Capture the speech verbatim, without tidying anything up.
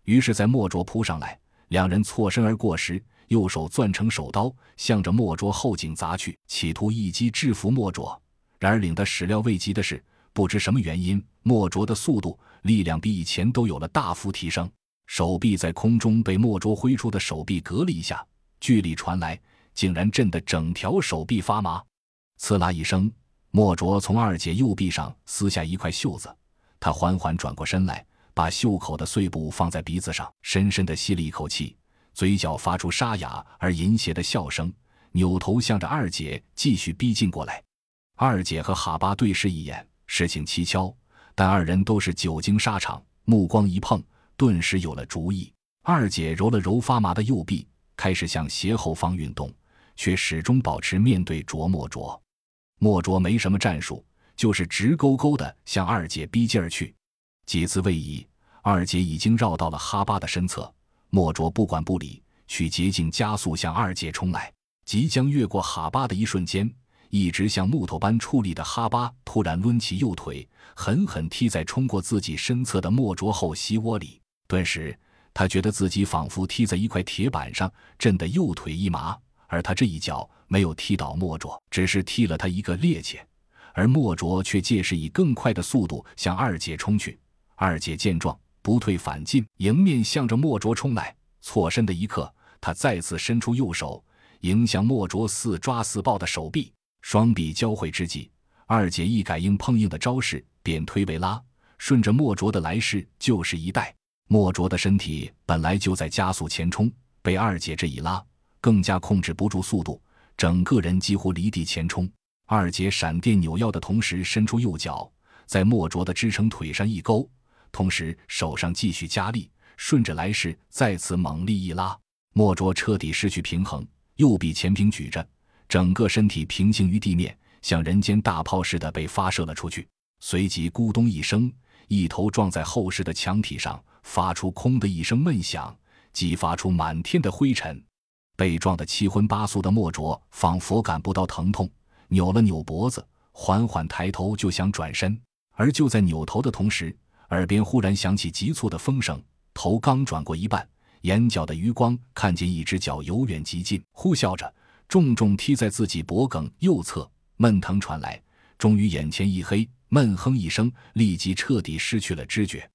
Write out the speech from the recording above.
于是在莫卓扑上来，两人错身而过时，右手攥成手刀，向着莫卓后颈砸去，企图一击制服莫卓。然而令他始料未及的是，不知什么原因，莫卓的速度、力量比以前都有了大幅提升，手臂在空中被莫卓挥出的手臂隔了一下，巨力传来，竟然震得整条手臂发麻。刺啦一声，莫卓从二姐右臂上撕下一块袖子，他缓缓转过身来，把袖口的碎布放在鼻子上，深深地吸了一口气，嘴角发出沙哑而淫邪的笑声，扭头向着二姐继续逼近过来。二姐和哈巴对视一眼，事情蹊跷，但二人都是久经沙场，目光一碰，顿时有了主意。二姐揉了揉发麻的右臂，开始向斜后方运动，却始终保持面对着莫卓。莫卓没什么战术，就是直勾勾地向二姐逼近而去。几次位移，二姐已经绕到了哈巴的身侧，莫卓不管不理，去捷径加速向二姐冲来。即将越过哈巴的一瞬间，一直像木头般矗立的哈巴突然抡起右腿，狠狠踢在冲过自己身侧的莫卓后膝窝里。顿时他觉得自己仿佛踢在一块铁板上，震得右腿一麻，而他这一脚没有踢倒莫卓，只是踢了他一个趔趄，而莫卓却借势以更快的速度向二姐冲去。二姐见状，不退反进，迎面向着莫卓冲来。错身的一刻，他再次伸出右手，迎向莫卓似抓似抱的手臂。双臂交汇之际，二姐一改硬碰硬的招式，便推为拉，顺着莫卓的来势就是一带。莫卓的身体本来就在加速前冲，被二姐这一拉，更加控制不住速度，整个人几乎离地前冲。二姐闪电扭腰的同时伸出右脚，在莫卓的支撑腿上一勾，同时手上继续加力，顺着来势再次猛力一拉。莫卓彻底失去平衡，右臂前平举着，整个身体平行于地面，像人间大炮似的被发射了出去，随即咕咚一声，一头撞在厚实的墙体上，发出空的一声闷响，激发出满天的灰尘。被撞得七荤八素的莫卓仿佛感不到疼痛，扭了扭脖子，缓缓抬头就想转身。而就在扭头的同时，耳边忽然响起急促的风声，头刚转过一半，眼角的余光看见一只脚由远及近，呼啸着重重踢在自己脖颈右侧，闷疼传来，终于眼前一黑，闷哼一声，立即彻底失去了知觉。